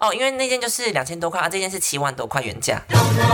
哦，因为那件就是2000多块啊，这件是7万多块原价。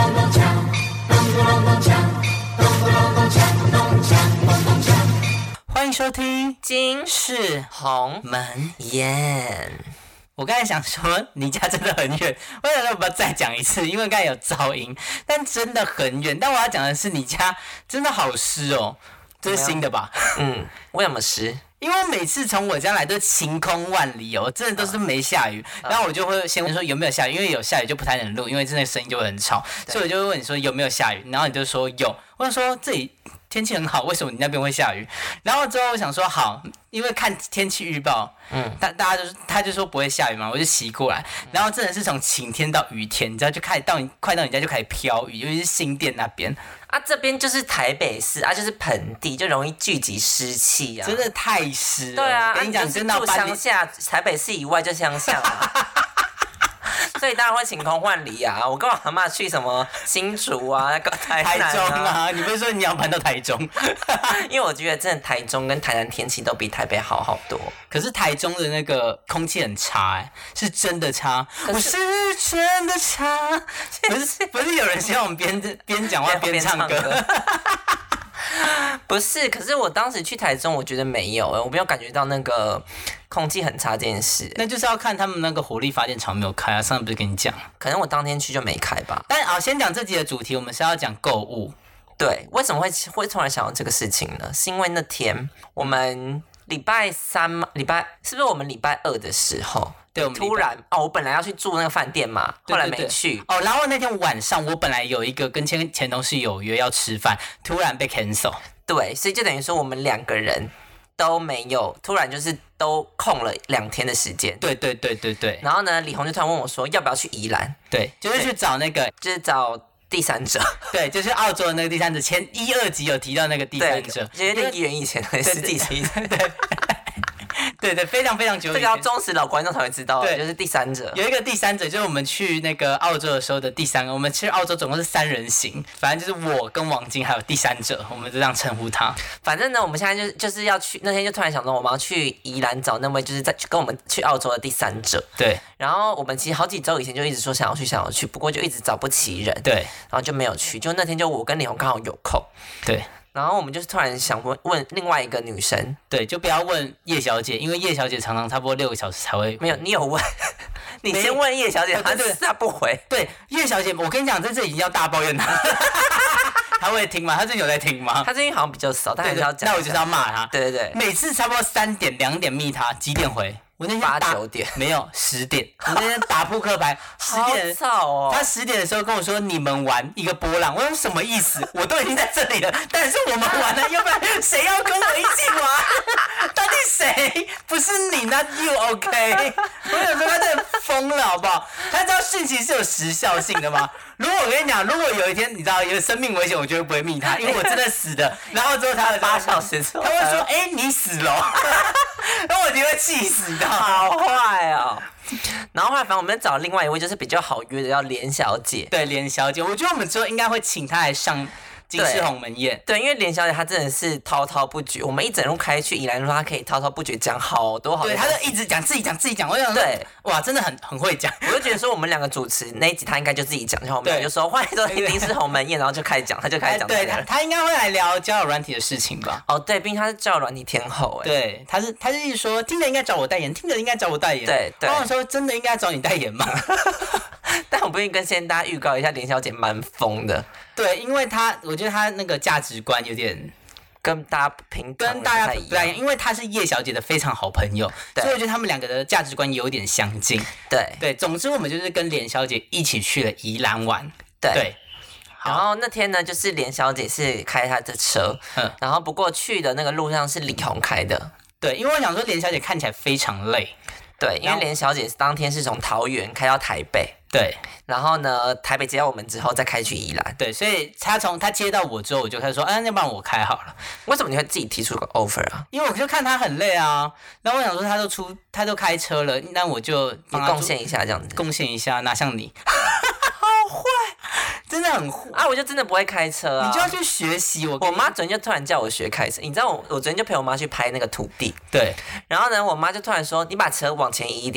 欢迎收听金是鸿门宴。 我刚才想说你家真的很远，我想说我不要再讲一次，因为刚才有噪音，但真的很远。但我要讲的是你家真的好湿哦，这是新的吧？ 为什么湿？ 因为每次从我家来都晴空万里哦，真的都是没下雨，然后我就会先问说有没有下雨，因为有下雨就不太能录，因为真的声音就会很吵，所以我就会问你说有没有下雨，然后你就说有，我就说这里天气很好，为什么你那边会下雨？然后之后我想说好，因为看天气预报，他就说不会下雨嘛，我就骑过来，然后真的是从晴天到雨天，你知道就开始快到你家就开始飘雨，尤其是新店那边。 啊，这边就是台北市啊，就是盆地，就容易聚集湿气啊， 真的太湿了。 对啊， 跟你讲，真的住乡下，台北市以外就乡下了。所以当然会晴空万里啊！我跟我阿嬷去什么新竹啊、台中啊，你不是说你要搬到台中？ 因为我觉得真的台中跟台南天气都比台北好好多。 可是台中的那个空气很差，是真的差，我是真的差。不是有人希望我们边讲话边唱歌？ 不是，可是我当时去台中，我觉得没有，我没有感觉到那个空气很差这件事。 那就是要看他们那个火力发电厂没有开啊，上次不是跟你讲？ 可能我当天去就没开吧。 但先讲这集的主题，我们是要讲购物。 对，为什么会突然想到这个事情呢？是因为那天我们礼拜3是不是我们礼拜2的时候？ 对，我们突然我本来要去住那个饭店嘛，后来没去。 哦，然后那天晚上我本来有一个跟前同事有约要吃饭，突然被 cancel。 对，所以就等于说我们2个人都没有，突然就是都空了2天的时间。 对。 然后呢，李红就突然问我说，要不要去宜兰？ 对，就是去找那个， 就是找第三者。 对，就是澳洲的那个第三者，前1、2集有提到那个第三者， 就是那1元以前的10几集。 对，非常非常久以前， 这个要忠实老观众才会知道，对，就是第三者。 有一个第三者，就是我们去那个澳洲的时候的第3个。我们去澳洲总共是3人行，反正就是我跟王晶还有第三者，我们就这样称呼他。 反正呢，我们现在就是要去，那天就突然想说，我们要去宜兰找那位就是在跟我们去澳洲的第三者。 对。 然后我们其实好几周以前就一直说想要去，不过就一直找不齐人。 对。 然后就没有去，就那天就我跟李红刚好有空。 对。 然后我们就是突然想问另外一个女生， 对，就不要问叶小姐，因为叶小姐常常差不多6个小时才会。 没有，你有问，你先问叶小姐，她不回。 对，叶小姐，我跟你讲，在这已经要大抱怨她。她会听吗？她最近有在听吗？ 她最近好像比较少，但还是要讲。 那我就是要骂她。 对， 每次差不多3点、2点密她，几点回？我那天 8、9点没有10点，我那天打扑克牌10点， 好吵哦。 他10点的时候跟我说你们玩一个波浪，我说什么意思？我都已经在这里了，但是我们玩了，要不然谁要跟我一起玩？到底谁？不是你那 you OK？ 我想说他真的疯了好不好？他知道讯息是有时效性的吗？如果我跟你讲，如果有一天你知道有生命危险，我绝对不会密他，因为我真的死的。然后之后他 8小时之后， 他会说你死了。然后我就会气死的， 好坏哦。然后后来反正我们找另外一位就是比较好约的，叫连小姐。 对，连小姐，我觉得我们之后应该会请她来上金狮鸿门宴。 对，因为连小姐她真的是滔滔不绝，我们一整路开去宜兰路，她可以滔滔不绝讲好多。 对，她就一直讲自己讲，我想说，对，哇，真的很会讲。 我就觉得说我们2个主持那一集，她应该就自己讲，然后我们就说欢迎收听金狮鸿门宴，然后就开始讲，她就开始讲。 对，她应该会来聊交友软体的事情吧？ 哦，对，毕竟她是交友软体天后。 对，她是一直说听着应该找我代言，听着应该找我代言。 对。 然后我说真的应该找你代言吗？ 但我不愿意先大家预告一下，连小姐蛮疯的。 对，因为我觉得她那个价值观有点跟大家不太一样， 因为她是叶小姐的非常好朋友，所以我觉得他们2个的价值观有点相近。对，总之我们就是跟连小姐一起去了宜兰玩。对。 然后那天呢，就是连小姐是开她的车，然后不过去的那个路上是李红开的。 对，因为我想说连小姐看起来非常累。 对，因为连小姐当天是从桃园开到台北。 对， 然后呢，台北接到我们之后再开去宜兰。 对，所以他接到我之后，我就开始说，要不然我开好了。 为什么你会自己提出个 offer 啊？ 因为我就看他很累啊，然后我想说他都开车了，那我就帮他贡献一下这样子。 贡献一下，哪像你，好坏，真的很坏啊！我就真的不会开车啊， 你就要去学习。我妈昨天就突然叫我学开车，你知道我昨天就陪我妈去拍那个土地。 对， 然后呢，我妈就突然说，你把车往前移一点。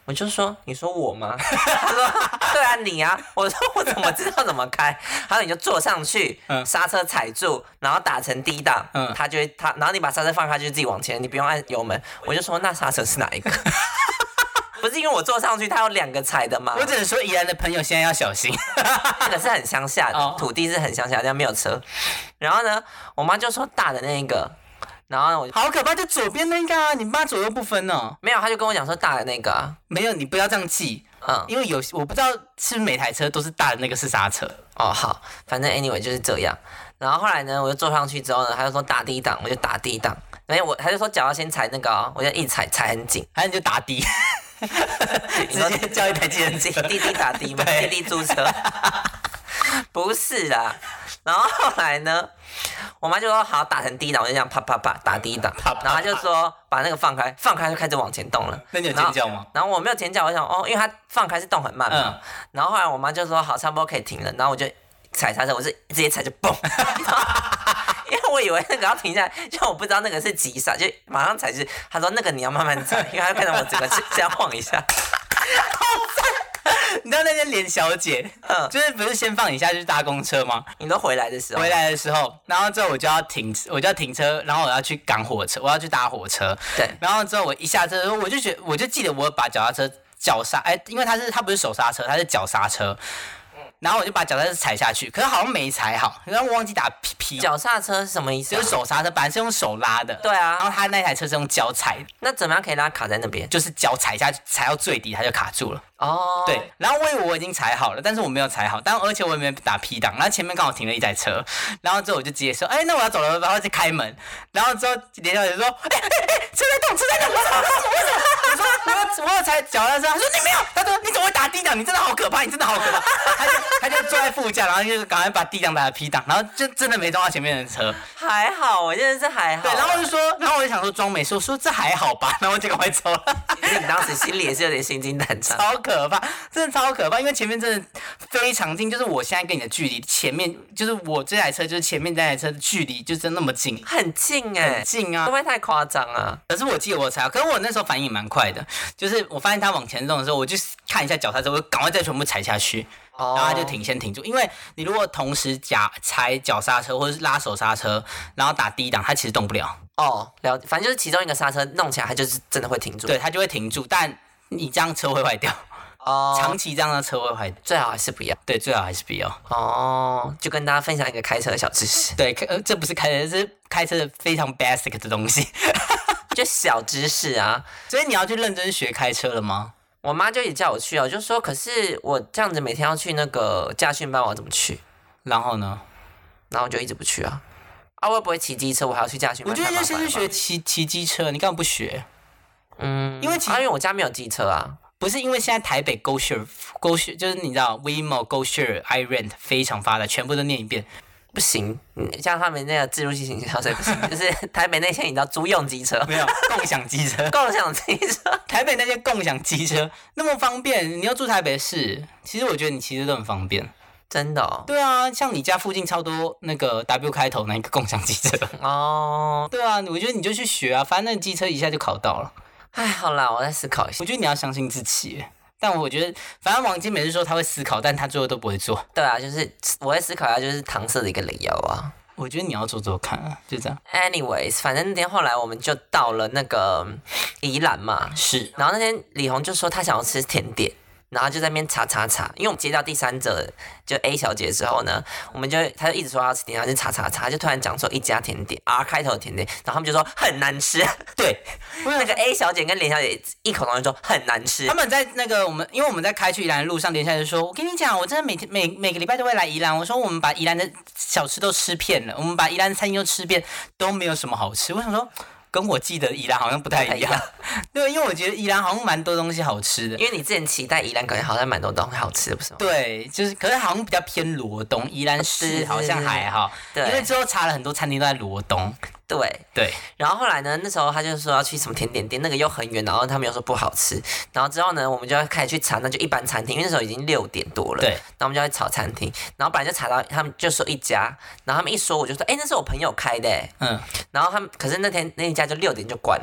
我就说你说我吗？他说对啊你啊。我说我怎么知道怎么开？他说你就坐上去，刹车踩住，然后打成低档，然后你把刹车放开，就自己往前，你不用按油门。我就说那刹车是哪一个？不是因为我坐上去，它有2个踩的吗？ 我只能说宜兰的朋友现在要小心， 那个是很乡下的，土地是很乡下，但没有车。然后呢，我妈就说大的那一个，然后我好可怕，就左边那个啊，你妈左右不分哦。 没有，他就跟我讲说大的那个啊， 没有，你不要这样记，因为我不知道是不是每台车都是大的那个是刹车。 哦，好，反正 anyway 就是这样。然后后来呢，我就坐上去之后呢，他就说打低档，我就打低档。然后他就说脚要先踩那个我就一直踩很紧， 还是你就打低。直接叫一台计程车， 滴滴打的嘛，滴滴租车，不是啦。然后后来呢，我妈就说好打成低档，我就这样啪啪啪打低档，然后她就说把那个放开就开始往前动了。 那你有尖叫吗？ 然后我没有尖叫，我想因为它放开是动很慢嘛。然后后来我妈就说好，差不多可以停了，然后我就踩刹车，我是直接踩就蹦。因为我以为那个要停下来，就我不知道那个是急刹，就马上踩。就是他说那个你要慢慢踩，因为他看到我整个这样晃一下， 好赞！你知道那天连小姐，就是不是先放你下去搭公车吗？ 你都回来的时候， 然后之后我就要停车，然后我要去赶火车，我要去搭火车。 对， 然后之后我一下车的时候，我就记得我把脚踏车脚刹，因为它不是手刹车，它是脚刹车。然后我就把脚刹车踩下去，可是好像没踩好，然后我忘记打 P。 脚刹车是什么意思？ 就是手刹车，本来是用手拉的。 对啊。 然后他那台车是用脚踩的。 那怎么样可以让它卡在那边？ 就是脚踩下去，踩到最底，它就卡住了。 哦。 对。然后我以为我已经踩好了，但是我没有踩好，而且我也没打 P 档。然后前面刚好停了一台车，然后之后我就直接说，那我要走了，然后就开门。然后之后连小姐说，车在动，为什么？我有踩脚踏车。他说你没有，他说你怎么会打低档？你真的好可怕，他就坐在副驾，然后就赶快把低档打了 P 档，然后就真的没撞到前面的车。 还好，我真的是还好。 对，然后我就想说装没事，我说这还好吧，然后我就赶快走了。 你当时心里也是有点心惊胆战， 超可怕，真的超可怕，因为前面真的非常近，就是我现在跟你的距离，前面就是我这台车，就是前面这台车的距离，就真那么近， 很近很近啊， 会不会太夸张啊？ 可是我记得我踩，可是我那时候反应也蛮快的，就是我发现他往前动的时候，我就看一下脚踏车，我赶快再全部踩下去。然后他就先停住，因为你如果同时踩脚刹车或者是拉手刹车，然后打低档，它其实动不了。 反正就是其中一个刹车弄起来，它就是真的会停住。 对，它就会停住，但你这样车会坏掉。长期这样的车会坏掉， 最好还是不要。 对，最好还是不要。 就跟大家分享一个开车的小知识。 对，这不是开车，这是开车的非常 basic 的东西， 就小知识啊。 所以你要去认真学开车了吗？ 我妈就也叫我去啊，我就说，可是我这样子每天要去那个驾训班，我要怎么去？ 然后呢？ 然后我就一直不去啊。我又不会骑机车，我还要去驾训班。 我觉得就先去学骑机车，你干嘛不学？ 因为我家没有机车啊。 不是因为现在台北 GoShare 就是你知道 WeMo、GoShare、iRent 非常发达，全部都念一遍。 不行，像他们那个自助性行销所以不行，就是台北那些你知道租用机车没有共享机车， 共享机车， 台北那些共享机车那么方便，你要住台北市，其实我觉得你骑车都很方便， 真的哦。 对啊，像你家附近超多那个 W 开头那个共享机车对啊，我觉得你就去学啊，反正那个机车一下就考到了。 好啦，我再思考一下。 我觉得你要相信自己。但我觉得，反正王晶每次说他会思考，但他最后都不会做。 对啊，就是我会思考一下，就是搪塞的一个理由啊。 我觉得你要做做看啊，就这样。 Anyways， 反正那天后来我们就到了那个宜兰嘛， 是。 然后那天李红就说他想要吃甜点，然后就在那边查，因为我们接到第3者就 A 小姐之后呢，他就一直说要吃甜点，他就查，就突然讲说一家甜点 R 开头的甜点，然后他们就说很难吃。 对， 那个 A 小姐跟连小姐异口同声说很难吃。 他们在那个因为我们在开去宜兰的路上，连小姐就说：“我跟你讲，我真的每个礼拜都会来宜兰。我说我们把宜兰的小吃都吃遍了，我们把宜兰的餐厅都吃遍，都没有什么好吃。”我想说，跟我记得宜兰好像不太一样。对，因为我觉得宜兰好像蛮多东西好吃的。 因为你之前期待宜兰感觉好像蛮多东西好吃的，不是吗？ 对，就是可是好像比较偏罗东，宜兰市好像还好。对，因为之后查了很多餐厅都在罗东。对，然后后来呢？那时候他就说要去什么甜点店，那个又很远，然后他们又说不好吃。然后之后呢，我们就要开始去查，那就一般餐厅，因为那时候已经6点多了。 对， 然后我们就要去找餐厅，然后本来就查到他们就说一家，然后他们一说我就说，那是我朋友开的。然后可是那一家就6点就关了，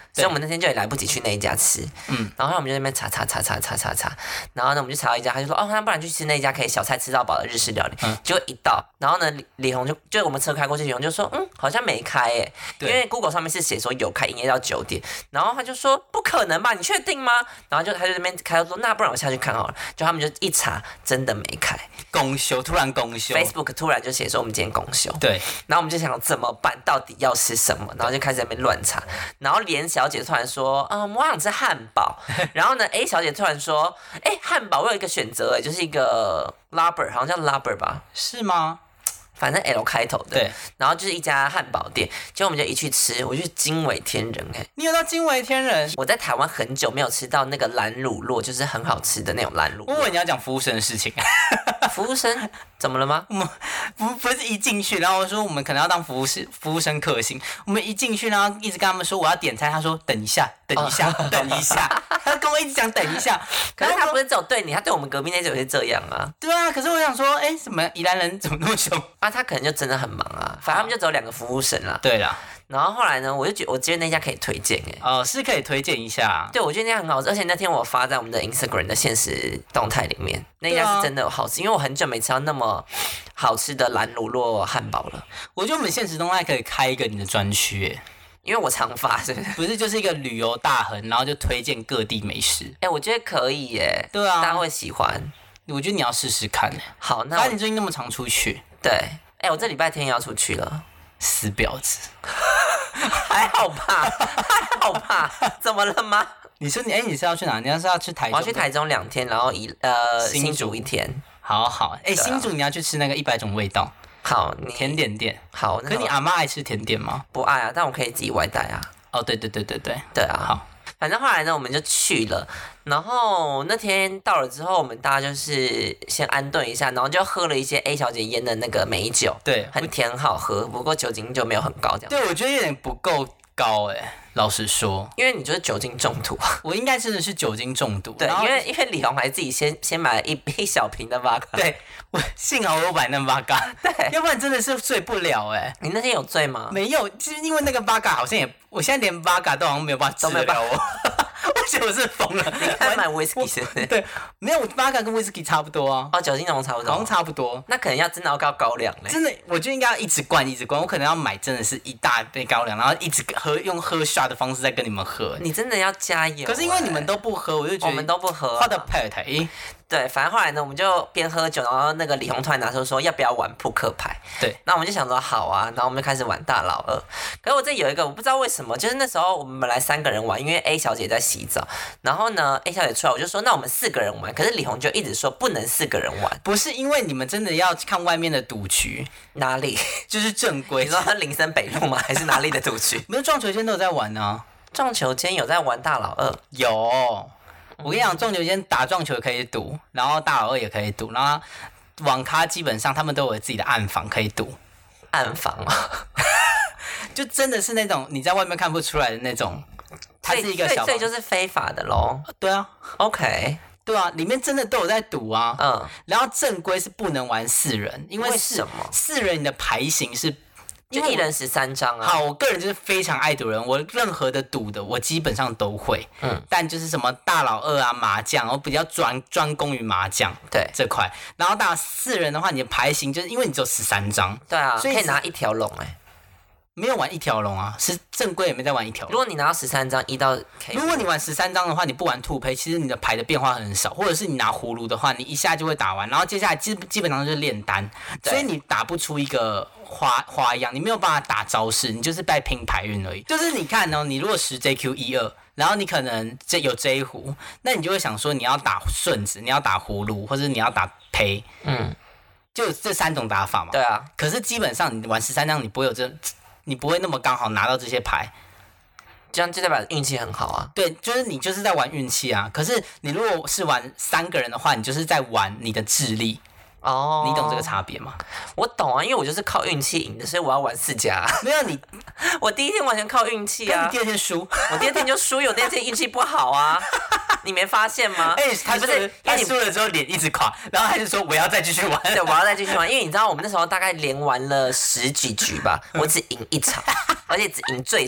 所以我们那天就也来不及去那一家吃。然后我们就在那边查，然后呢我们就查到一家，他就说那不然去吃那一家可以小菜吃到饱的日式料理。结果一到，然后呢李红就我们车开过去，李红就说好像没开耶，因为 Google 上面是写说有开，营业到9点。然后他就说不可能吧，你确定吗？然后他就在那边开说那不然我下去看好了。就他们就一查，真的没开， 突然公休 ，Facebook 突然就写说我们今天公休。 对， 然后我们就想怎么办，到底要吃什么？然后就开始在那边乱查。然后连小姐突然说，我想吃汉堡。然后呢 ，A 小姐突然说，汉堡我有一个选择，就是一个 Labber， 好像叫 Labber 吧？ 是吗？ 反正 L 开头的， 对， 然后就是一家汉堡店，结果我们就一去吃，我就惊为天人你有到惊为天人？ 我在台湾很久没有吃到那个蓝乳酪，就是很好吃的那种蓝乳酪。 我以为你要讲服务生的事情。 服务生怎么了吗？ 不是一进去，然后我说我们可能要当服务生克星。我们一进去，然后一直跟他们说我要点餐，他说等一下，等一下，等一下，他跟我一直讲等一下。 可是他不是只有对你，他对我们隔壁那种也是这样啊。 对啊，可是我想说，什么宜兰人怎么那么凶啊？他可能就真的很忙啊，反正他们就只有2个服务生啦。 对啦。 然后后来呢，我觉得那家可以推荐是可以推荐一下。 对，我觉得那家很好吃，而且那天我发在我们的 Instagram 的限时动态里面，那家是真的好吃，因为我很久没吃到那么好吃的蓝乳酪汉堡了。 我觉得我们限时动态可以开一个你的专区因为我常发， 不是就是一个旅游大亨，然后就推荐各地美食。 我觉得可以耶。 对啊， 大家会喜欢。 我觉得你要试试看好，那反正你最近那么常出去。 对，我这礼拜天也要出去了。 死婊子。 还好吧，怎么了吗？ 你说你是要去哪？你是要去台中？ 我要去台中2天，然后新竹1天。 好，新竹你要去吃那个100种味道。 好， 甜点店。 好， 可你阿妈爱吃甜点吗？ 不爱啊，但我可以自己外带啊。 对。 对啊。 好。 反正后来呢，我们就去了。然后那天到了之后，我们大家就是先安顿一下，然后就喝了一些 A 小姐腌的那个美酒， 对， 很甜好喝，不过酒精就没有很高这样。 对，我觉得有点不够高老实说， 因为你就是酒精中毒啊。 我应该真的是酒精中毒。 对，因为李红还自己先买了一小瓶的 Vodka。 对，幸好我买那 Vodka， 对，要不然真的是醉不了你那天有醉吗？ 没有，就是因为那个 Vodka 好像我现在连 Vodka 都好像没有办法治得了我。我觉得我是疯了。 你看买 whisky 是不是？ 对，没有 Vodka 跟 whisky 差不多啊。 酒精浓差不多， 好像差不多。 那可能要真的要高粱嘞。 真的，我觉得应该要一直灌。我可能要买真的是一大杯高粱，然后一直用喝 shot 的方式在跟你们喝。 你真的要加油。 可是因为你们都不喝，我就觉得我们都不喝。 他的 pet 对，反正后来呢，我们就边喝酒，然后那个李红突然拿出说要不要玩扑克牌。 对， 那我们就想说好啊，然后我们就开始玩大老二。可是我这有一个我不知道为什么，就是那时候我们本来3个人玩，因为 A 小姐在洗澡，然后呢 A 小姐出来，我就说那我们4个人玩，可是李红就一直说不能4个人玩。 不是因为你们真的要看外面的赌局， 哪里？ 就是正规。 你说林森北路吗？还是哪里的赌局？ 没有，撞球间都有在玩啊。 撞球间有在玩大老二？ 有。我跟你讲，撞球间打撞球也可以赌，然后大老二也可以赌，然后网咖基本上他们都有自己的暗房可以赌。 暗房啊， 就真的是那种你在外面看不出来的那种，它是一个小房， 所以就是非法的咯。 对啊 ，OK， 对啊，里面真的都有在赌啊。然后正规是不能玩4人，因为什么 ？4人你的牌型是。 就1人13张啊。 好，我个人就是非常爱赌人，我任何的赌的我基本上都会。但就是什么大老二啊、麻将，我比较专攻于麻将对这块。然后打4人的话，你的牌型就是因为你只有13张， 对啊，所以可以拿1条龙没有玩1条龙啊，是正规也没在玩1条龙。 如果你拿到13张1到 K， 如果你玩13张的话，你不玩兔胚，其实你的牌的变化很少，或者是你拿葫芦的话，你一下就会打完，然后接下来基本上就是炼丹，所以你打不出一个花样，你没有办法打招式，你就是在拼牌运而已。就是你看你如果10 JQ12，然后你可能有这一壶，那你就会想说你要打顺子，你要打葫芦，或者你要打胚，就这3种打法嘛。 对啊。 可是基本上你玩13张，你不会那么刚好拿到这些牌， 这样就代表运气很好啊。 对，就是你就是在玩运气啊。可是你如果是玩3个人的话，你就是在玩你的智力。你懂这个差别吗？ 我懂啊，因为我就是靠运气赢的，所以我要玩4家。 没有你， 我第一天完全靠运气啊。 你第2天输， 我第2天就输，有第2天运气不好啊。你没发现吗？ 他输了之后脸一直垮，然后他就说我要再继续玩。 对，我要再继续玩，因为你知道我们那时候大概连玩了10几局吧，我只赢1场，而且只赢最小。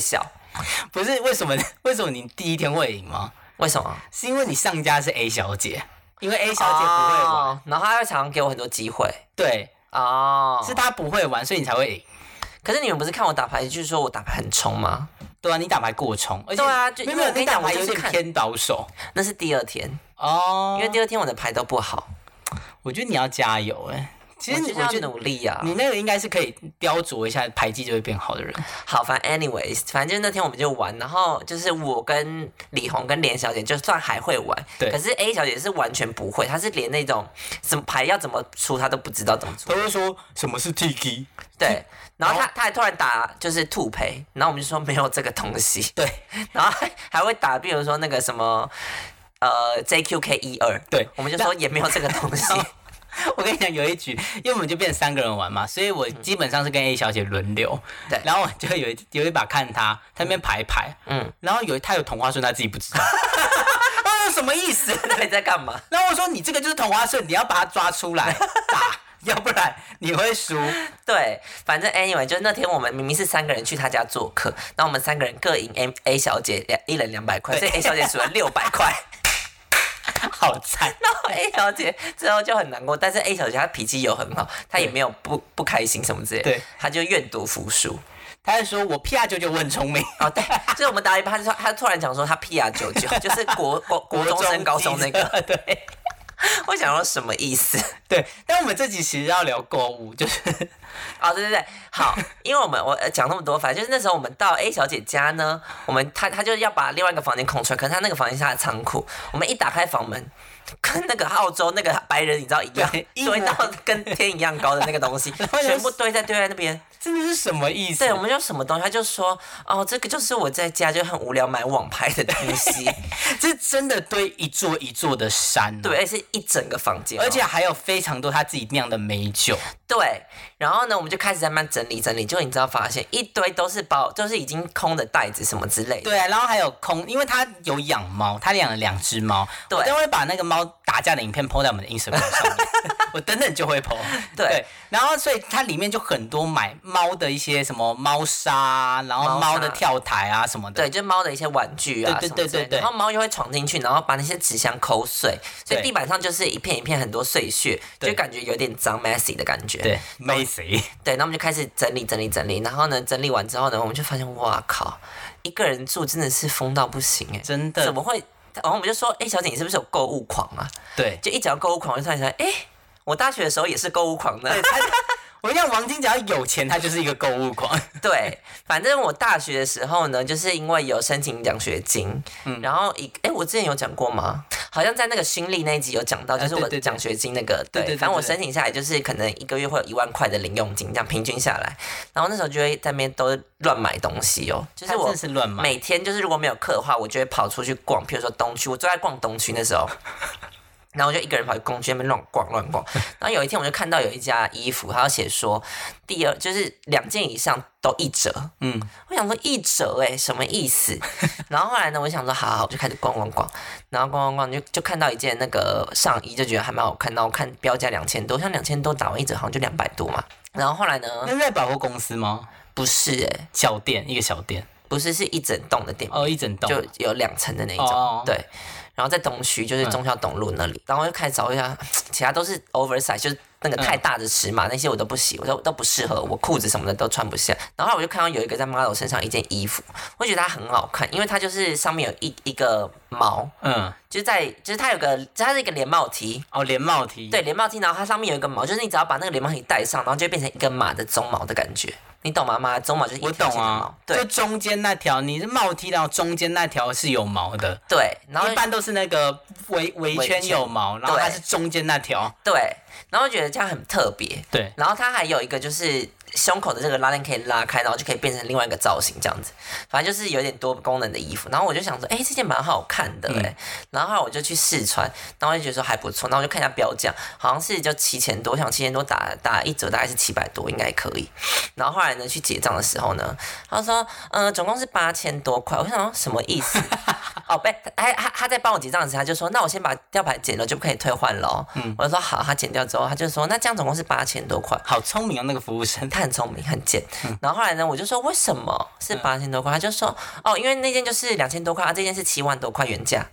不是为什么你第一天会赢吗？ 为什么？ 是因为你上家是 A 小姐，因为 A 小姐不会玩， 然后她会常常给我很多机会。 对，是她不会玩，所以你才会赢。 可是你们不是看我打牌，就是说我打牌很冲吗？ 对啊，你打牌过冲，而且对啊，就没有你打牌有点偏保守。 那是第二天哦， 因为第二天我的牌都不好。 我觉得你要加油其实我就要努力啊！ 你那个应该是可以雕琢一下牌技就会变好的人。 好，反正 anyways， 反正就是那天我们就玩，然后就是我跟李红跟连小姐就算还会玩，可是 A 小姐是完全不会，她是连那种什么牌要怎么出她都不知道怎么出。 她会说什么是 TK， 对，然后她还突然打就是兔赔，然后我们就说没有这个东西， 对， 然后还会打，比如说那个什么JQK12， 对， 我们就说也没有这个东西。 我跟你讲，有一局，因为我们就变3个人玩嘛，所以我基本上是跟 A 小姐轮流。对，然后我就有一把看她那边排，然后她有同花顺，她自己不知道。什么意思？ 那你在干嘛？ 然后我说你这个就是同花顺，你要把它抓出来打，要不然你会输。 对，反正 anyway， 就是那天我们明明是3个人去她家做客，然后我们3个人各赢 A 小姐一人200块，所以 A 小姐输了600块。 好惨， 然后 A 小姐之后就很难过，但是 A 小姐她脾气又很好，她也没有不开心什么之类的，对，她就愿赌服输。 她就说我 PR99我很聪明哦，对，就是我们打一趴，她突然讲说她 PR99，就是国中升高中那个， 对。 我想说什么意思？ 对，但我们这集其实要聊购物，就是哦，对，好，因为我讲那么多，反正就是那时候我们到 A 小姐家呢，她就要把另外一个房间空出来，可是她那个房间是她的仓库，我们一打开房门，跟那个澳洲那个白人你知道一样，堆到跟天一样高的那个东西，全部堆在那边。 真的是什么意思？ 对，我们就什么东西，他就说哦，这个就是我在家就很无聊买网拍的东西， 这真的堆一座一座的山， 对，而且是一整个房间， 而且还有非常多他自己酿的美酒， 对。然后呢，我们就开始在慢慢整理，结果你知道发现一堆都是就是已经空的袋子什么之类的， 对啊，然后还有空，因为他有养猫，他养了2只猫，对，我都会把那个猫打架的影片 po 在我们的 Instagram 上面，我等等就会 po， 对，然后所以它里面就很多买猫的一些什么猫砂，然后猫的跳台啊什么的， 对，就猫的一些玩具啊，对，然后猫又会闯进去，然后把那些纸箱抠碎，所以地板上就是一片一片很多碎屑，就感觉有点脏 messy 的感觉， 对 messy， 对，那我们就开始整理，然后呢，整理完之后呢，我们就发现哇靠，一个人住真的是疯到不行哎， 真的， 怎么会？然后我们就说，小姐你是不是有购物狂啊？ 对， 就一讲购物狂，我就突然想，我大学的时候也是购物狂的。 我跟你讲，王晶只要有钱，他就是一个购物狂。 对，反正我大学的时候呢，就是因为有申请奖学金，然后我之前有讲过吗？好像在那个勋历那一集有讲到，就是我奖学金那个，对，反正我申请下来就是可能1个月会有1万块的零用金，这样平均下来，然后那时候就会在那边都乱买东西哦，就是我每天就是如果没有课的话，我就会跑出去逛，譬如说东区，我最爱逛东区那时候。然后我就一个人跑去公区那边乱逛，然后有一天我就看到有一家衣服，它要写说就是2件以上都1折，我想说1折什么意思？然后后来呢，我就想说好，我就开始逛，然后逛就看到一件那个上衣，就觉得还蛮好看，然后我看标价2000多，像2000多打完1折好像就200多嘛。然后后来呢？ 那是在百货公司吗？ 不是一个小店， 不是，是一整栋的店， 一整栋就有2层的那种，对。然后在东区，就是忠孝东路那里，然后就开始找一下，其他都是 oversize， 就是那个太大的尺码，那些我都不喜，我都不适合我，裤子什么的都穿不下。然后我就看到有一个在 model 身上一件衣服，我觉得它很好看，因为它就是上面有一个毛，就是它有个，它是一个连帽 T， 连帽 T， 对，连帽 T， 然后它上面有一个毛，就是你只要把那个连帽 T 戴上，然后就会变成一个马的鬃毛的感觉。你懂吗？马的鬃毛就是一条线的毛， 我懂啊，对，就中间那条，你是帽 T， 然后中间那条是有毛的， 对，然后一般都是那个围圈有毛，然后它是中间那条， 对，然后我觉得这样很特别， 对， 然后它还有一个就是胸口的这个拉链可以拉开，然后就可以变成另外一个造型，这样子，反正就是有点多功能的衣服。然后我就想说，这件蛮好看的然后后来我就去试穿，然后我就觉得说还不错，然后我就看一下标价，好像是就7000多，像7000多打1折大概是700多，应该可以。然后后来呢去结账的时候呢，他说总共是8000多块，我想说什么意思？他在帮我结账时，他就说那我先把吊牌剪了就不可以退换了我就说好，他剪掉之后他就说那这样总共是8000多块， 好聪明哦那个服务生。 他很聪明很贱。然后后来呢，我就说为什么是8000多块？他就说哦，因为那件就是2000多块，这件是7万多块原价。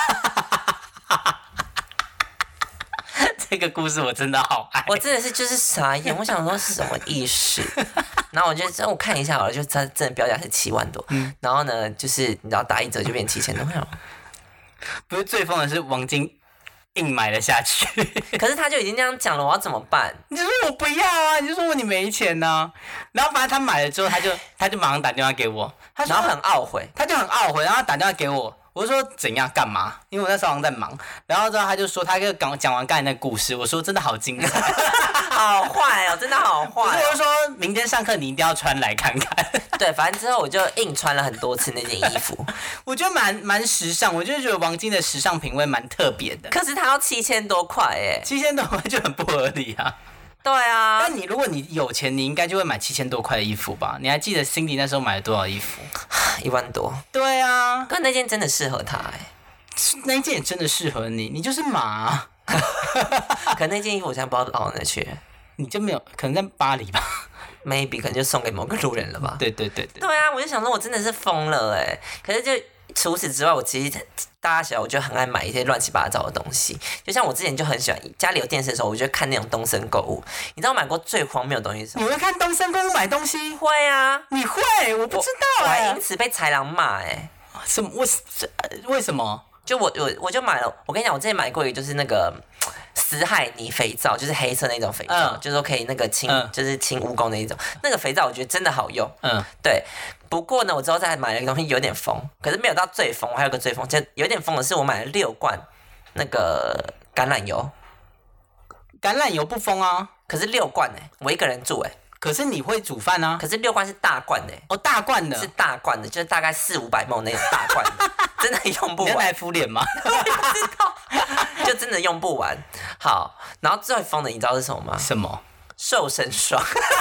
这个故事我真的好爱， 我真的是就是傻眼，我想说什么意思？然后我看一下好了，就它真的标价是7万多，然后呢，就是你知道打1折就变7000多块了。 不是最疯的是王晶硬买了下去， 可是他就已经这样讲了，我要怎么办？ 你就说我不要啊，你就说你没钱啊。然后反正他买了之后，他就马上打电话给我， 然后很懊悔， 他就很懊悔，然后他打电话给我。我就说怎样干嘛？因为我那时候好像在忙，然后之后他就说他就讲完刚才那个故事，我说真的好精彩， 好坏哦，真的好坏、哦。 我就说明天上课你一定要穿来看看。 对，反正之后我就硬穿了很多次那件衣服， 我觉得蛮时尚，我就觉得王晶的时尚品味蛮特别的。 可是他要7000多块哎 ，7000多块就很不合理啊。 对啊， 但如果你有钱，你应该就会买7000多块的衣服吧？你还记得 Cindy 那时候买了多少衣服 ？1万多。 对啊， 可那件真的适合他哎， 那件也真的适合你，你就是马、啊。 可那件衣服我现在不知道到哪去， 你就没有可能在巴黎吧 ？Maybe 可能就送给某个路人了吧？ 对。对啊，我就想说我真的是疯了哎，可是就。除此之外，我其实大家小我就很爱买一些乱七八糟的东西，就像我之前就很喜欢家里有电视的时候，我就看那种东森购物。你知道我买过最荒谬的东西是什么？ 你会看东森购物买东西？ 会啊， 你会？我不知道我还因此被豺狼骂哎。 什么？为什么？ 就我就买了，我跟你讲，我之前买过一个就是那个死海泥肥皂，就是黑色那种肥皂，就是说可以那个清，就是清污垢那一种。那个肥皂我觉得真的好用，对。不过呢，我之后再买了一个东西有点疯，可是没有到最疯，我还有个最疯，就有点疯的是我买了6罐那个橄榄油。 橄榄油不疯啊， 可是6罐我一个人住可是你会煮饭啊？ 可是6罐是大罐的哦，大罐的是大罐的，就是大概400-500ml那种大罐的，真的用不完。 你在敷脸吗？ 我也不知道，就真的用不完。好，然后最疯的你知道是什么吗？ 什么？ 瘦身霜。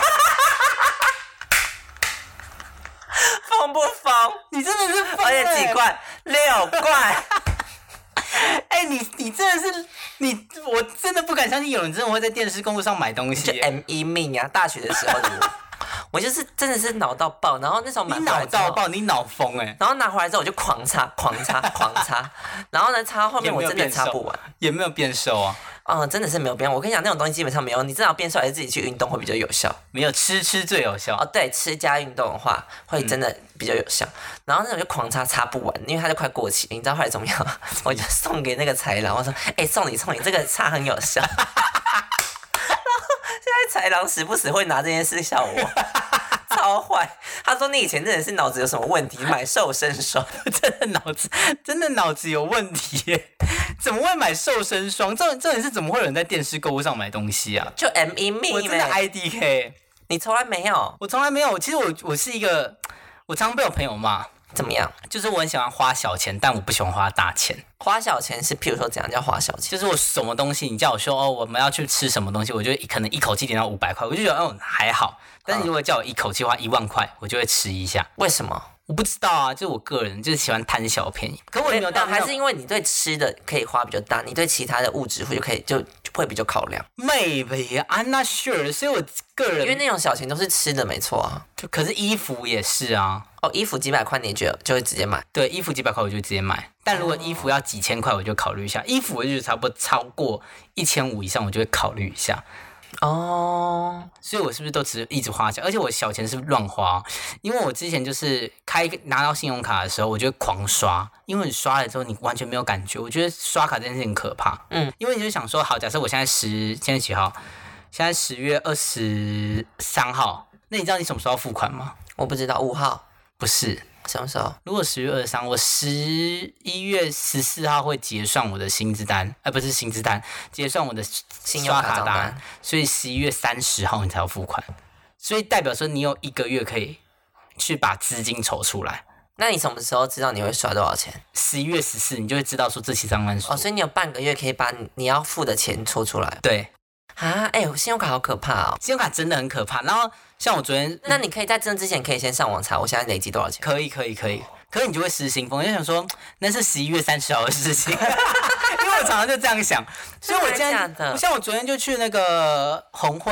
疯不疯？ 你真的是疯， 而且几罐？6罐。 哎、你真的是我真的不敢相信有人真的会在电视购物上买东西。 就 M1 命啊！大学的时候的我就是真的是脑到爆，然后那时候买回来你脑到爆，你脑疯哎！ 然后拿回来之后我就狂擦，然后呢擦到后面我真的擦不完， 也没有变瘦啊。 真的是没有变。我跟你讲，那种东西基本上没有，你至少变瘦还是自己去运动会比较有效。 没有吃最有效。 对，吃加运动的话会真的比较有效。然后那种就狂擦不完，因为它就快过期了。你知道后来怎么样？我就送给那个豺狼，我说：“送你，这个擦很有效。”然后现在豺狼时不时会拿这件事笑我。超坏！他说你以前真的是脑子有什么问题，买瘦身霜， 真的脑子有问题耶！怎么会买瘦身霜？这人是怎么会有人在电视购物上买东西啊？ 就 M1 命， 我真的 IDK， 你从来没有？ 我从来没有。其实我是一个，我常被我朋友骂。 怎么样？ 就是我很喜欢花小钱，但我不喜欢花大钱。 花小钱是，譬如说怎样叫花小钱？ 就是我什么东西，你叫我说我们要去吃什么东西，我就可能一口气点到500块，我就觉得还好。但是如果叫我一口气花1万块，我就会吃一下。 为什么？ 我不知道啊，就是我个人就是喜欢贪小便宜。可我也没有到， 还是因为你对吃的可以花比较大，你对其他的物质就会比较考量。 Maybe I'm not sure， 所以我个人因为那种小钱都是吃的，没错啊。 可是衣服也是啊。 衣服几百块你也觉得就会直接买？ 对，衣服几百块我就直接买。但如果衣服要几千块，我就考虑一下。衣服我就觉得差不多超过1500以上，我就会考虑一下。所以我是不是都一直花钱？而且我小钱是乱花，因为我之前就是拿到信用卡的时候，我就会狂刷，因为你刷了之后你完全没有感觉。我觉得刷卡这件事情很可怕，因为你就想说，好，假设我现在几号？现在10月23号，那你知道你什么时候要付款吗？ 我不知道，5号。 不是， 什么时候？ 如果10月23，我11月14号会结算我的薪资单，不是薪资单，结算我的刷卡单，所以11月30号你才要付款，所以代表说你有1个月可以去把资金筹出来。 那你什么时候知道你会刷多少钱 ？11月14，你就会知道说这期账单数。 所以你有半个月可以把你要付的钱抽出来。 对。 信用卡好可怕哦！ 信用卡真的很可怕。然后像我昨天， 那你可以在这之前可以先上网查，我现在累积多少钱？ 可以。可是你就会失心疯，就想说那是11月30号的事情，因为我常常就这样想。所以我今天，像我昨天就去那个红会，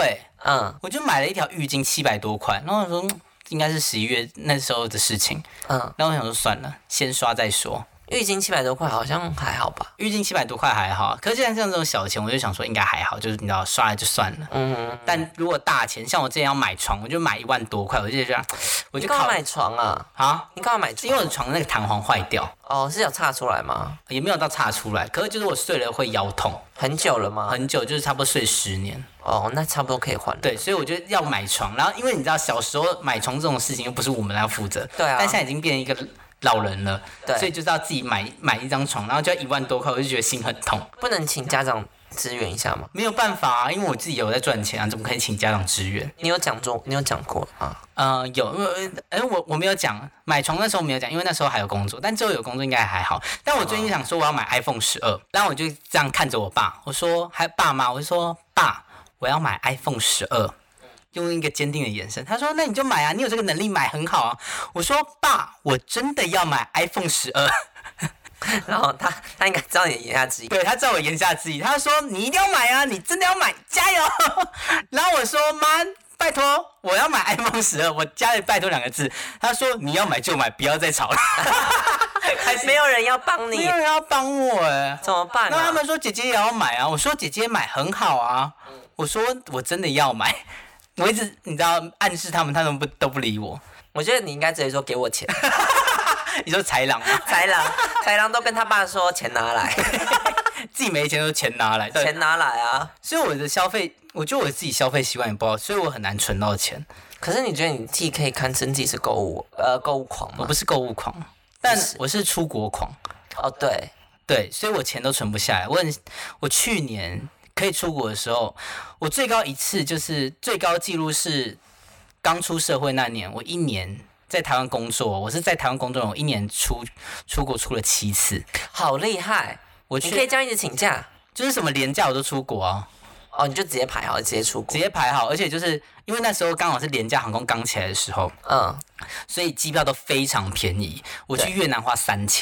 我就买了一条浴巾700多块，然后我说应该是11月那时候的事情，然后我想说算了，先刷再说。 浴巾700多块好像还好吧？ 浴巾700多块还好，可是像这种小钱，我就想说应该还好，就是你知道刷了就算了。但如果大钱，像我之前要买床，我就买1万多块，我就觉得， 你干嘛买床啊？ 啊？ 你干嘛买床？ 因为我的床那个弹簧坏掉。 哦，是有岔出来吗？ 也没有到岔出来，可是就是我睡了会腰痛。 很久了吗？ 很久，就是差不多睡10年。 哦，那差不多可以换了。 对，所以我就要买床，然后因为你知道小时候买床这种事情又不是我们来负责， 对啊， 但现在已经变成一个老人了， 对， 所以就是要自己买一张床，然后就要1万多块，我就觉得心很痛。 不能请家长支援一下吗？ 没有办法啊，因为我自己有在赚钱啊，怎么可以请家长支援？ 你有讲过啊？有，我没有讲，买床那时候没有讲，因为那时候还有工作，但之后有工作应该还好。但我最近想说我要买 iPhone 12，然后我就这样看着我爸，我说还爸妈，我就说爸，我要买 iPhone 12。用一个坚定的眼神，他说：“那你就买啊，你有这个能力买很好啊。”我说：“爸，我真的要买 iPhone 12。” 然后他应该知道你的言下之意， 对，他知道我言下之意。他说：“你一定要买啊，你真的要买，加油！”然后我说：“妈，拜托，我要买 iPhone 12。”我加了“拜托”2个字。他说：“你要买就买，不要再吵了。” 没有人要帮你， 没有人要帮我哎， 怎么办？ 那他们说姐姐也要买啊，我说姐姐买很好啊，我说我真的要买。我一直你知道暗示他们都不理我。 我觉得你应该直接说给我钱。 你说豺狼吗？ 豺狼都跟他爸说钱拿来， 自己没钱就钱拿来， 钱拿来啊！ 所以我的消费，我觉得我自己消费习惯也不好，所以我很难存到钱。 可是你觉得你自己可以堪称自己是购物狂吗？ 我不是购物狂，但我是出国狂。 哦， 对，所以我钱都存不下来。我去年可以出国的时候，我最高一次就是最高纪录是刚出社会那年，我1年在台湾工作，我是在台湾工作，我1年出国出了7次， 好厉害！你可以这样一直请假， 就是什么连假我都出国啊。 哦，你就直接排好，直接出国， 直接排好，而且就是因为那时候刚好是廉价航空刚起来的时候，所以机票都非常便宜。我去越南花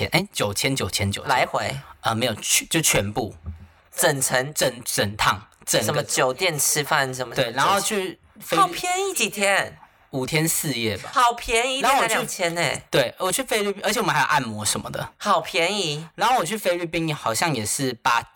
9000，9,900 来回没有就全部。整趟什么酒店吃饭什么对，然后去好便宜，几天 5天4夜吧， 好便宜， 然后我去 2000呢。 对，我去菲律宾，而且我们还有按摩什么的， 好便宜。 然后我去菲律宾好像也是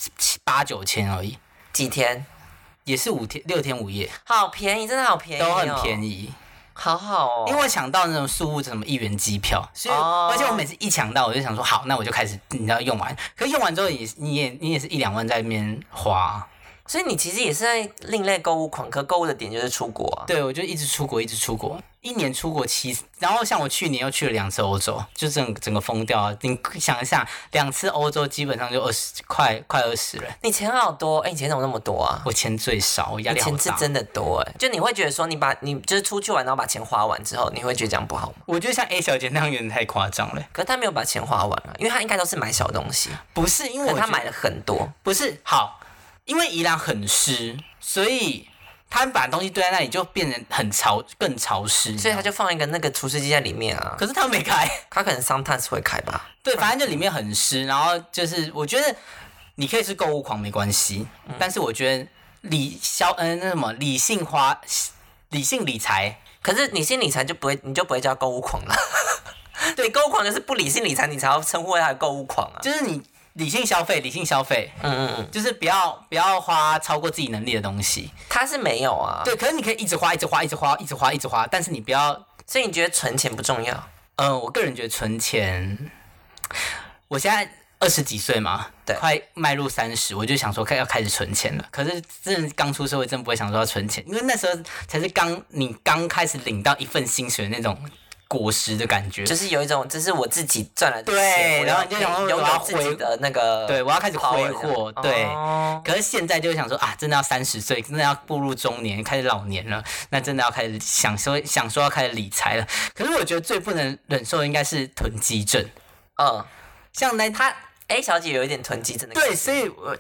8-9千而已， 几天？ 也是6天5夜， 好便宜，真的好便宜， 都很便宜。 好好哦， 因为我抢到那种宿务什么1元机票，所以而且我每次一抢到，我就想说好，那我就开始你知道用完，可是用完之后你也是1-2万在那边花， 所以你其实也是在另类购物狂，可购物的点就是出国啊。对， 我就一直出国，1年出国7次，然后像我去年又去了2次欧洲，就整个疯掉了。你想一下，2次欧洲基本上就快20了。 你钱好多，你钱怎么那么多啊？ 我钱最少，我压力好大。 你钱是真的多就你会觉得说你就是出去玩，然后把钱花完之后，你会觉得这样不好吗？ 我觉得像 A 小姐那样有点太夸张了。 可是她没有把钱花完啊，因为她应该都是买小东西。 不是，因为她买了很多。 不是，好，因为宜兰很湿，所以他把东西堆在那里就变成更潮湿， 所以他就放一个那个除湿机在里面啊。 可是他没开， 他可能 sometimes 会开吧。 对，反正就里面很湿，然后就是我觉得你可以是购物狂没关系，但是我觉得理性理财， 可是理性理财你就不会叫购物狂了。对，购物狂就是不理性理财，你才要称呼他的购物狂啊。 就是你理性消费，就是不要花超过自己能力的东西。 他是没有啊， 对，可是你可以一直花，但是你不要。 所以你觉得存钱不重要？ 我个人觉得存钱，我现在20几岁嘛， 对， 快迈入30，我就想说要开始存钱了。可是真的刚出社会，真的不会想说要存钱，因为那时候才是你刚开始领到一份薪水的那种果实的感觉， 就是有一种这是我自己赚来的钱， 对，然后你就想说我要自己的那个， 对，我要开始挥霍，对。可是现在就会想说真的要30岁，真的要步入中年，开始老年了，那真的要开始想说要开始理财了。可是我觉得最不能忍受的应该是囤积症，像他 A 小姐有一点囤积症的， 对，所以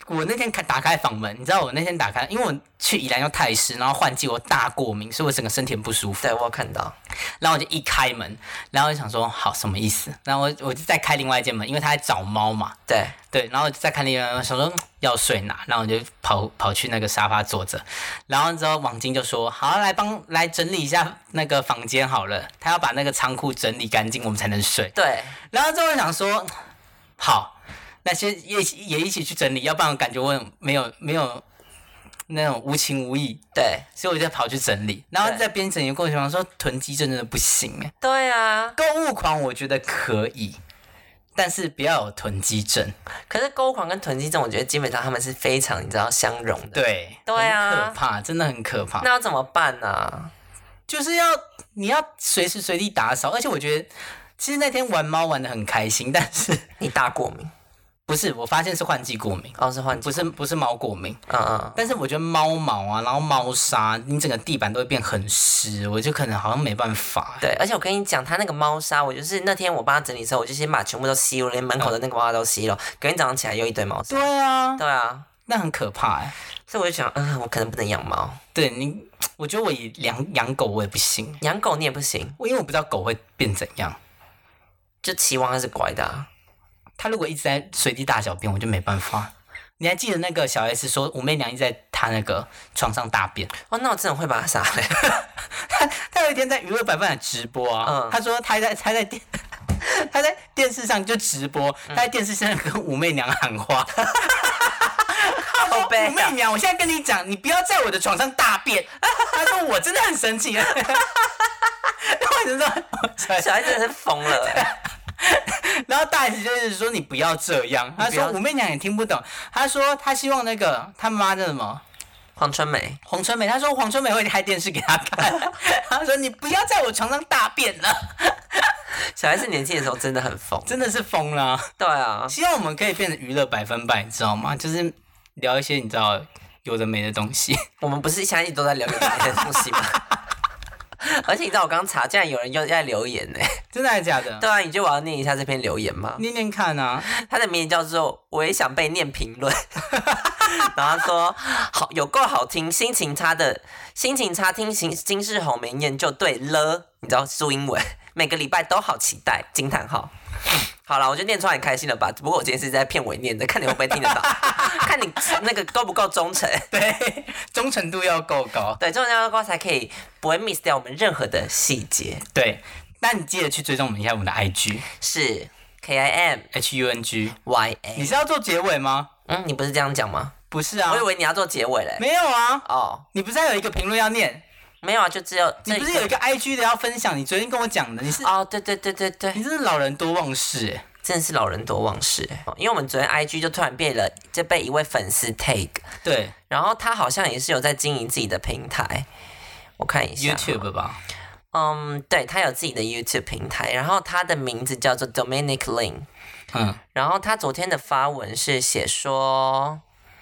我那天打开房门，你知道我那天打开，因为我去宜兰要太湿，然后换季我大过敏，所以我整个身体很不舒服。 对，我有看到。 然后我就一开门，然后我就想说好什么意思？然后我就再开另外一间门，因为他在找猫嘛。 对， 然后我就再看另外一间，想说要睡哪，然后我就跑去那个沙发坐着，然后之后王晶就说好来整理一下那个房间好了，他要把那个仓库整理干净，我们才能睡。 对， 然后之后我想说好，那些也一起去整理，要不然我感觉我没有那种无情无义。 对， 所以我就跑去整理，然后在边整理的过程中说囤积症真的不行哎。 对啊， 购物狂我觉得可以，但是不要有囤积症。 可是购物狂跟囤积症，我觉得基本上他们是非常你知道相容的。 对啊， 很可怕，真的很可怕。 那要怎么办啊？ 就是你要随时随地打扫，而且我觉得其实那天玩猫玩得很开心，但是你大过敏。 不是，我发现是换季过敏。 是换季， 不是猫过敏。 嗯。 但是我觉得猫毛啊，然后猫砂，你整个地板都会变很湿，我就可能好像没办法。 对，而且我跟你讲，它那个猫砂，我就是那天我帮它整理的时候，我就先把全部都吸了，连门口的那个猫砂都吸了。隔天早上起来又一堆猫砂。 对啊。 对啊， 那很可怕哎。 所以我就想，我可能不能养猫。 对你，我觉得我养狗我也不行。 养狗你也不行， 因为我不知道狗会变怎样。 就期望它是乖的啊。 他如果一直在随地大小便，我就没办法。你还记得那个小 S 说武媚娘一直在他那个床上大便？ 那我真的会把他杀了。 他有一天在娱乐百分百直播啊，他说他在电视上就直播，他在电视上跟武媚娘喊话。他说：“武媚娘，我现在跟你讲，你不要在我的床上大便。”他说：“我真的很生气。”然后你就说小孩真的是疯了。 然后大 S 就是说你不要这样，他说武媚娘也听不懂，他说他希望那个他妈叫什么黄春梅， 他说黄春梅会开电视给他看，他说你不要在我床上大便了。 小孩子年轻的时候真的很疯， 真的是疯了。 对啊， 希望我们可以变成娱乐100%，你知道吗？就是聊一些你知道有的没的东西。 我们不是现在一直都在聊有的没的东西吗？而且你知道我刚查，竟然有人又在留言呢。 真的还是假的？ 对啊，你觉得我要念一下这篇留言吗？ 念念看啊。 他的名字叫做我也想被念评论。然后他说好有够好听，心情差听金世红没念就对了，你知道注英文，每个礼拜都好期待惊叹号。好了，我就念出来很开心了吧？不过我今天是在片尾念的，看你会不会听得到，看你那个够不够忠诚。 对，忠诚度要够高。 对，忠诚度要够高才可以不会 miss 掉我们任何的细节。 对，那你记得去追踪我们一下我们的 IG， 是 KIMHUNGYA。 你是要做结尾吗？ 你不是这样讲吗？ 不是啊， 我以为你要做结尾嘞。 没有啊。 哦， 你不是还有一个评论要念？ 没有啊，就只有你不是有一个 IG 的要分享？你昨天跟我讲的，你是对， 你真是老人多忘事哎， 真的是老人多忘事哎。因为我们昨天 IG 就突然就被一位粉丝 tag， 对， 然后他好像也是有在经营自己的平台，我看一下 YouTube 吧。 对，他有自己的 YouTube 平台，然后他的名字叫做 Dominic Lin，然后他昨天的发文是写说，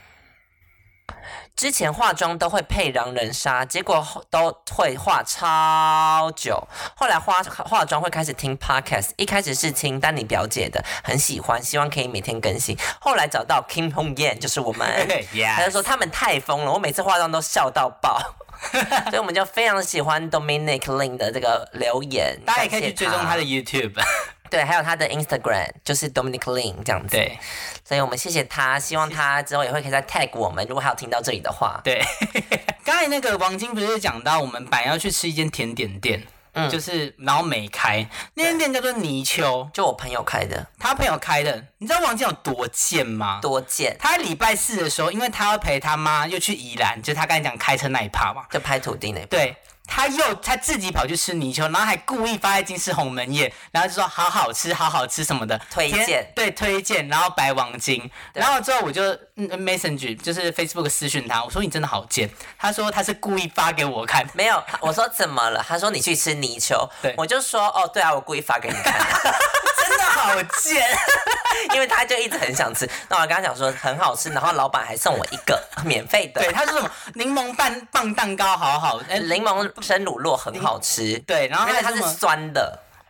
之前化妆都会配狼人杀，结果都会化超久。后来化妆会开始听 podcast， 一开始是听丹尼表姐的，很喜欢，希望可以每天更新。后来找到 Kim Hong Yan， 就是我们，他就说他们太疯了，我每次化妆都笑到爆。所以我们就非常喜欢 Dominic Lin 的这个留言， 大家也可以去追踪他的 YouTube。 对，还有他的 Instagram 就是 Dominic Lin 这样子。 对， 所以我们谢谢他，希望他之后也会可以再 tag 我们，如果还有听到这里的话。 对，刚才那个王晶不是讲到我们本来要去吃一间甜点店，就是然后没开，那间店叫做泥鳅， 就我朋友开的， 他朋友开的。你知道王晶有多贱吗？ 多贱！ 他礼拜4的时候，因为他要陪他妈又去宜兰，就是他刚才讲开车那一趴嘛， 就拍土地那一趴。 对。他自己跑去吃泥鳅，然后还故意发在金氏鸿门宴，然后就说好好吃什么的推荐，然后白王金，然后之后我就Messenger 就是 Facebook 私讯他，我说你真的好贱，他说他是故意发给我看， 没有，我说怎么了？他说你去吃泥鳅，我就说对啊，我故意发给你看， 真的好贱， 因为他就一直很想吃，那我跟他讲说很好吃，然后老板还送我一个免费的， 对，他说什么柠檬棒蛋糕好好， 柠檬生乳酪很好吃， 对，然后因为它是酸的。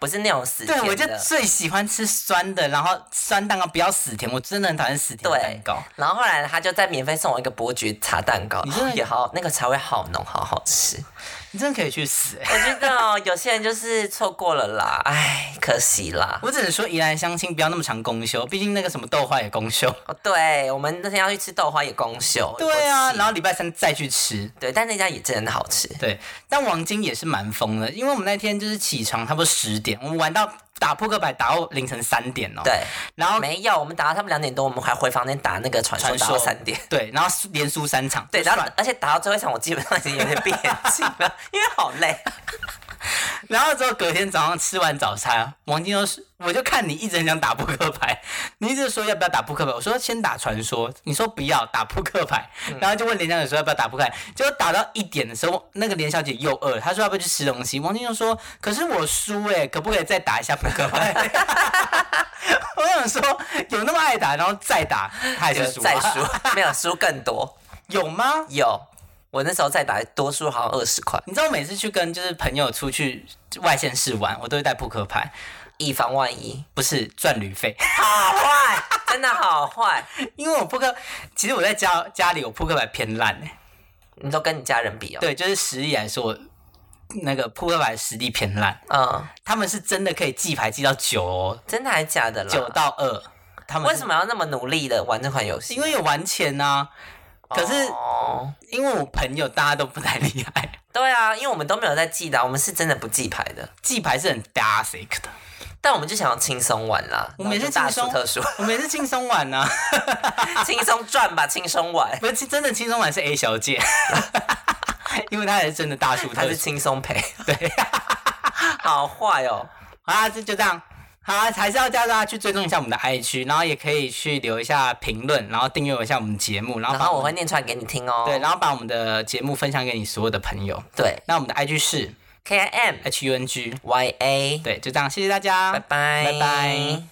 不是那种死甜的。 对，我就最喜欢吃酸的，然后酸蛋糕不要死甜，我真的很讨厌死甜蛋糕。 然后后来他就再免费送我一个伯爵茶蛋糕，也好，那个茶味好浓，好好吃。 你真的可以去死我觉得有些人就是错过了啦，哎，可惜啦。 我只能说宜兰相亲不要那么常公休，毕竟那个什么豆花也公休。 对，我们那天要去吃豆花也公休。 对啊，然后礼拜3再去吃。 对，但那家也真的好吃。 对，但王晶也是蛮疯的，因为我们那天就是起床差不多10点，我们玩到打扑克牌打到凌晨3点哦。 对， 然后没有，我们打到他们2点多，我们还回房间打那个传说，打到3点。 对，然后连输3场。 对，然后而且打到最后一场，我基本上已经有点闭眼睛了，因为好累。 然后之后隔天早上吃完早餐，王晶我就看你一直很想打扑克牌，你一直说要不要打扑克牌，我说先打传说，你说不要打扑克牌，然后就问连小姐说要不要打扑克牌，结果打到1点的时候，那个连小姐又饿，她说要不要去吃东西，王晶就说可是我输可不可以再打一下扑克牌？我想说有那么爱打，然后再打，他还是输， 再输，没有输更多， 有吗？ 有。我那时候再打多输好像20块。 你知道我每次去跟就是朋友出去外县市玩，我都会带扑克牌， 以防万一。 不是赚旅费。 好坏，真的好坏。 因为我其实我在家里我扑克牌偏烂你都跟你家人比哦？ 对，就是实力来说，我那个扑克牌实力偏烂。他们是真的可以记牌记到9哦。 真的还假的啦 ？9到2。他们为什么要那么努力的玩这款游戏？ 因为有玩钱啊。可是，因为我朋友大家都不太厉害。 对啊，因为我们都没有在记的，我们是真的不记牌的。 记牌是很 basic 的， 但我们就想要轻松玩啦。 我们也是轻松特殊， 我们也是轻松玩啊。 轻松赚吧，轻松玩。 不是真的轻松玩是 A 小姐，因为她也是真的大叔特殊， 她是轻松赔。 对， 好坏哦。 好啦，就这样。好，还是要叫大家去追踪一下我们的 IG， 然后也可以去留一下评论，然后订阅一下我们节目， 然后我会念出来给你听哦。 对，然后把我们的节目分享给你所有的朋友。 对， 那我们的 IG 是 KIMHUNGYA。 对，就这样，谢谢大家， 拜拜， 拜拜。